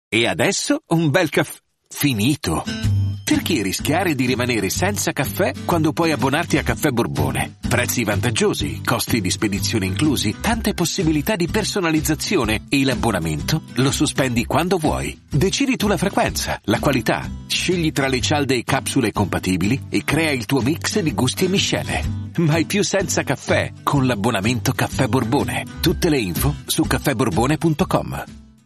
E adesso un bel caffè finito. Perché rischiare di rimanere senza caffè quando puoi abbonarti a Caffè Borbone? Prezzi vantaggiosi, costi di spedizione inclusi, tante possibilità di personalizzazione e l'abbonamento lo sospendi quando vuoi. Decidi tu la frequenza, la qualità, scegli tra le cialde e capsule compatibili e crea il tuo mix di gusti e miscele. Mai più senza caffè con l'abbonamento Caffè Borbone. Tutte le info su caffèborbone.com.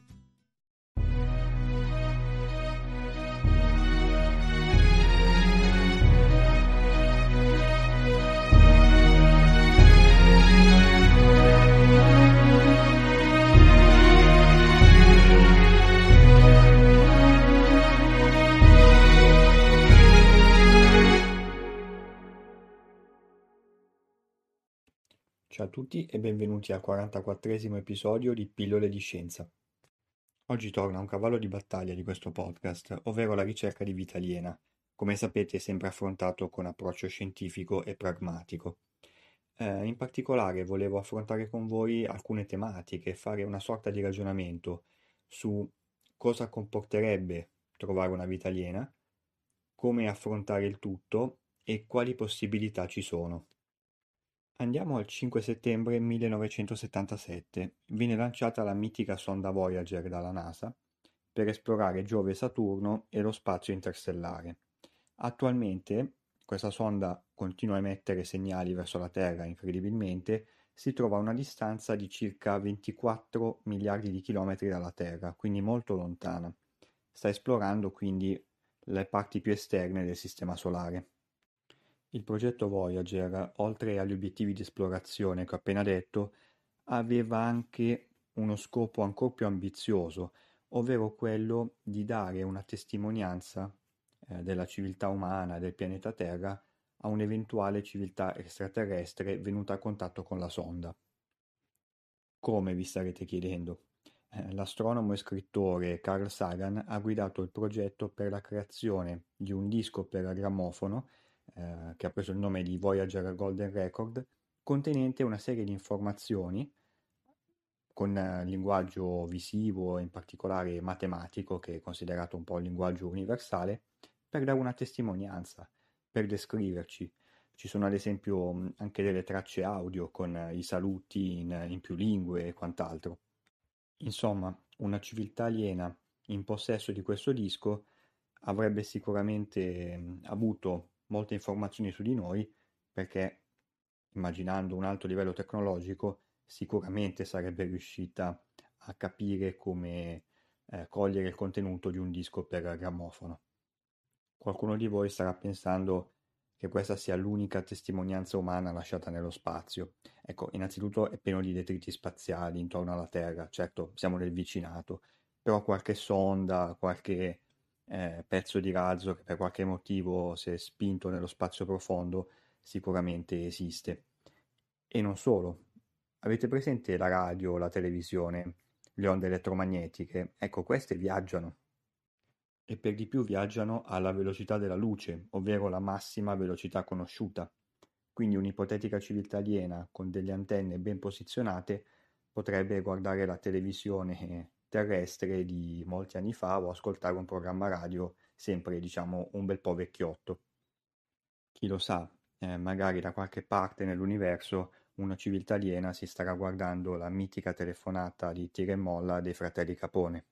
Ciao a tutti e benvenuti al 44esimo episodio di Pillole di Scienza. Oggi torna un cavallo di battaglia di questo podcast, ovvero la ricerca di vita aliena, come sapete sempre affrontato con approccio scientifico e pragmatico. In particolare volevo affrontare con voi alcune tematiche e fare una sorta di ragionamento su cosa comporterebbe trovare una vita aliena, come affrontare il tutto e quali possibilità ci sono. Andiamo al 5 settembre 1977. Viene lanciata la mitica sonda Voyager dalla NASA per esplorare Giove e Saturno e lo spazio interstellare. Attualmente questa sonda continua a emettere segnali verso la Terra incredibilmente, si trova a una distanza di circa 24 miliardi di chilometri dalla Terra, quindi molto lontana. Sta esplorando quindi le parti più esterne del Sistema Solare. Il progetto Voyager, oltre agli obiettivi di esplorazione che ho appena detto, aveva anche uno scopo ancora più ambizioso, ovvero quello di dare una testimonianza della civiltà umana del pianeta Terra a un'eventuale civiltà extraterrestre venuta a contatto con la sonda. Come vi starete chiedendo? L'astronomo e scrittore Carl Sagan ha guidato il progetto per la creazione di un disco per grammofono che ha preso il nome di Voyager Golden Record, contenente una serie di informazioni con linguaggio visivo e in particolare matematico, che è considerato un po' il linguaggio universale, per dare una testimonianza, per descriverci. Ci sono ad esempio anche delle tracce audio con i saluti in più lingue e quant'altro. Insomma, una civiltà aliena in possesso di questo disco avrebbe sicuramente avuto molte informazioni su di noi perché, immaginando un alto livello tecnologico, sicuramente sarebbe riuscita a capire come cogliere il contenuto di un disco per grammofono. Qualcuno di voi starà pensando che questa sia l'unica testimonianza umana lasciata nello spazio. Ecco, innanzitutto è pieno di detriti spaziali intorno alla Terra, certo siamo nel vicinato, però qualche sonda, qualche pezzo di razzo che per qualche motivo si è spinto nello spazio profondo sicuramente esiste. E non solo. Avete presente la radio, la televisione, le onde elettromagnetiche? Ecco, queste viaggiano e per di più viaggiano alla velocità della luce, ovvero la massima velocità conosciuta. Quindi un'ipotetica civiltà aliena con delle antenne ben posizionate potrebbe guardare la televisione terrestre di molti anni fa o ascoltare un programma radio sempre, diciamo, un bel po' vecchiotto. Chi lo sa, magari da qualche parte nell'universo una civiltà aliena si starà guardando la mitica telefonata di tira e molla dei fratelli Capone.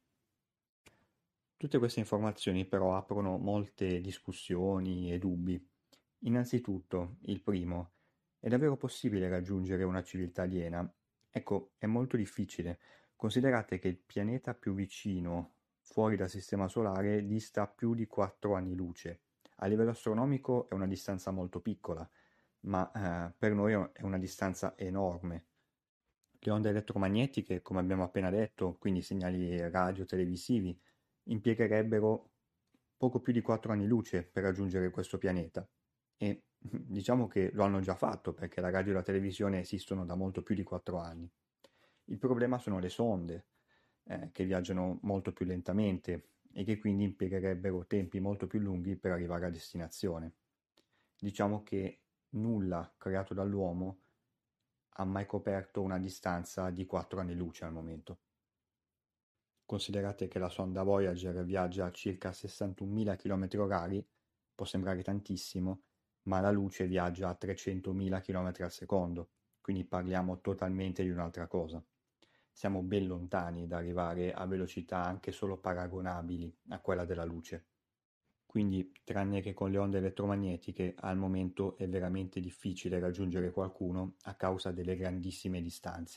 Tutte queste informazioni però aprono molte discussioni e dubbi. Innanzitutto, il primo, è davvero possibile raggiungere una civiltà aliena? Ecco, è molto difficile. Considerate che il pianeta più vicino fuori dal Sistema Solare dista più di 4 anni luce. A livello astronomico è una distanza molto piccola, ma per noi è una distanza enorme. Le onde elettromagnetiche, come abbiamo appena detto, quindi segnali radio televisivi, impiegherebbero poco più di 4 anni luce per raggiungere questo pianeta. E diciamo che lo hanno già fatto perché la radio e la televisione esistono da molto più di 4 anni. Il problema sono le sonde, che viaggiano molto più lentamente e che quindi impiegherebbero tempi molto più lunghi per arrivare a destinazione. Diciamo che nulla creato dall'uomo ha mai coperto una distanza di 4 anni luce al momento. Considerate che la sonda Voyager viaggia a circa 61.000 km/h, può sembrare tantissimo, ma la luce viaggia a 300.000 km al secondo, quindi parliamo totalmente di un'altra cosa. Siamo ben lontani da arrivare a velocità anche solo paragonabili a quella della luce. Quindi, tranne che con le onde elettromagnetiche, al momento è veramente difficile raggiungere qualcuno a causa delle grandissime distanze.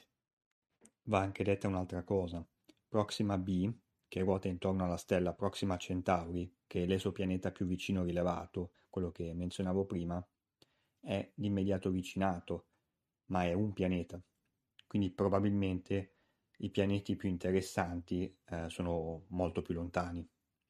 Va anche detta un'altra cosa. Proxima b, che ruota intorno alla stella Proxima Centauri, che è l'esopianeta più vicino rilevato, quello che menzionavo prima, è l'immediato vicinato, ma è un pianeta. Quindi probabilmente i pianeti più interessanti sono molto più lontani.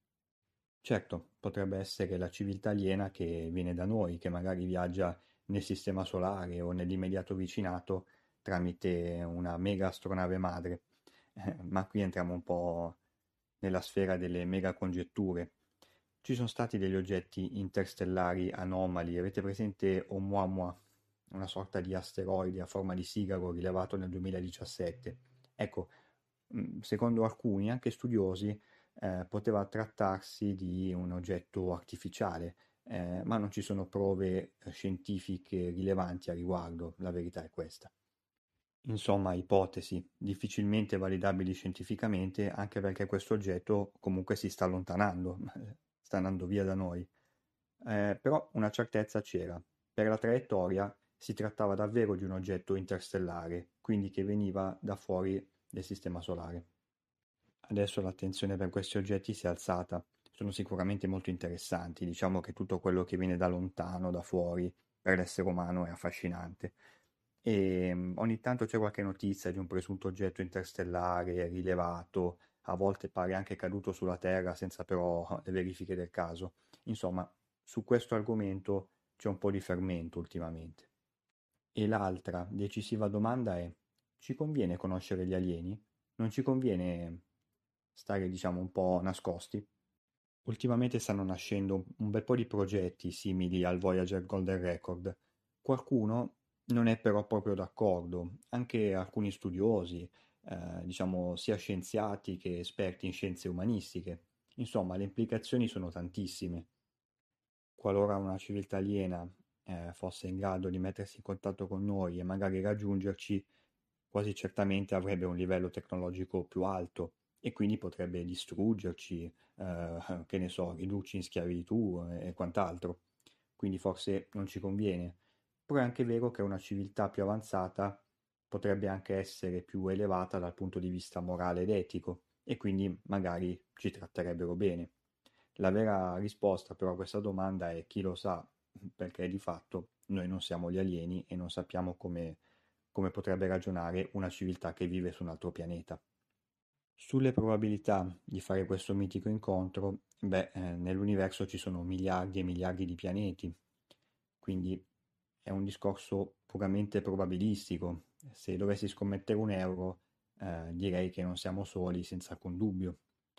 Certo, potrebbe essere la civiltà aliena che viene da noi, che magari viaggia nel sistema solare o nell'immediato vicinato tramite una mega astronave madre, ma qui entriamo un po' nella sfera delle mega congetture. Ci sono stati degli oggetti interstellari anomali, avete presente Oumuamua, una sorta di asteroide a forma di sigaro rilevato nel 2017? Ecco, secondo alcuni, anche studiosi, poteva trattarsi di un oggetto artificiale, ma non ci sono prove scientifiche rilevanti a riguardo, la verità è questa. Insomma, ipotesi, difficilmente validabili scientificamente, anche perché questo oggetto comunque si sta allontanando, sta andando via da noi. Però una certezza c'era. Per la traiettoria si trattava davvero di un oggetto interstellare, quindi che veniva da fuori del sistema solare. Adesso l'attenzione per questi oggetti si è alzata. Sono sicuramente molto interessanti, diciamo che tutto quello che viene da lontano, da fuori, per l'essere umano è affascinante. E ogni tanto c'è qualche notizia di un presunto oggetto interstellare rilevato, a volte pare anche caduto sulla Terra senza però le verifiche del caso. Insomma, su questo argomento c'è un po' di fermento ultimamente. E l'altra decisiva domanda è: ci conviene conoscere gli alieni? Non ci conviene stare, diciamo, un po' nascosti? Ultimamente stanno nascendo un bel po' di progetti simili al Voyager Golden Record. Qualcuno non è però proprio d'accordo, anche alcuni studiosi, diciamo sia scienziati che esperti in scienze umanistiche. Insomma, le implicazioni sono tantissime. Qualora una civiltà aliena fosse in grado di mettersi in contatto con noi e magari raggiungerci, quasi certamente avrebbe un livello tecnologico più alto e quindi potrebbe distruggerci, che ne so, ridurci in schiavitù e quant'altro. Quindi forse non ci conviene. Però è anche vero che una civiltà più avanzata potrebbe anche essere più elevata dal punto di vista morale ed etico e quindi magari ci tratterebbero bene. La vera risposta però a questa domanda è chi lo sa, perché di fatto noi non siamo gli alieni e non sappiamo come potrebbe ragionare una civiltà che vive su un altro pianeta. Sulle probabilità di fare questo mitico incontro, nell'universo ci sono miliardi e miliardi di pianeti, quindi è un discorso puramente probabilistico. Se dovessi scommettere un euro, direi che non siamo soli senza alcun dubbio.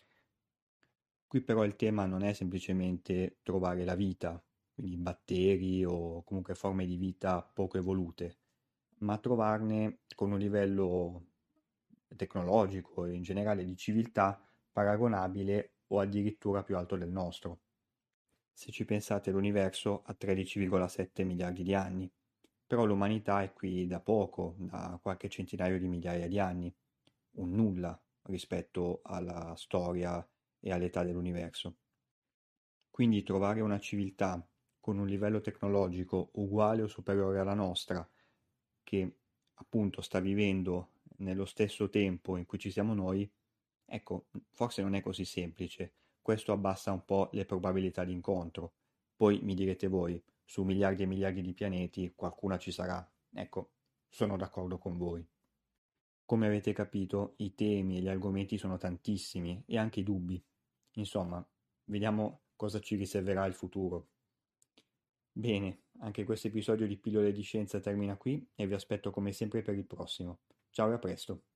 Qui però il tema non è semplicemente trovare la vita, quindi batteri o comunque forme di vita poco evolute, ma trovarne con un livello tecnologico e in generale di civiltà paragonabile o addirittura più alto del nostro. Se ci pensate, l'universo ha 13,7 miliardi di anni, però l'umanità è qui da poco, da qualche centinaio di migliaia di anni, un nulla rispetto alla storia e all'età dell'universo. Quindi trovare una civiltà con un livello tecnologico uguale o superiore alla nostra, che appunto sta vivendo nello stesso tempo in cui ci siamo noi, ecco, forse non è così semplice. Questo abbassa un po' le probabilità di incontro. Poi mi direte voi, su miliardi e miliardi di pianeti qualcuna ci sarà. Ecco, sono d'accordo con voi. Come avete capito, i temi e gli argomenti sono tantissimi e anche i dubbi. Insomma, vediamo cosa ci riserverà il futuro. Bene, anche questo episodio di Pillole di Scienza termina qui e vi aspetto come sempre per il prossimo. Ciao e a presto!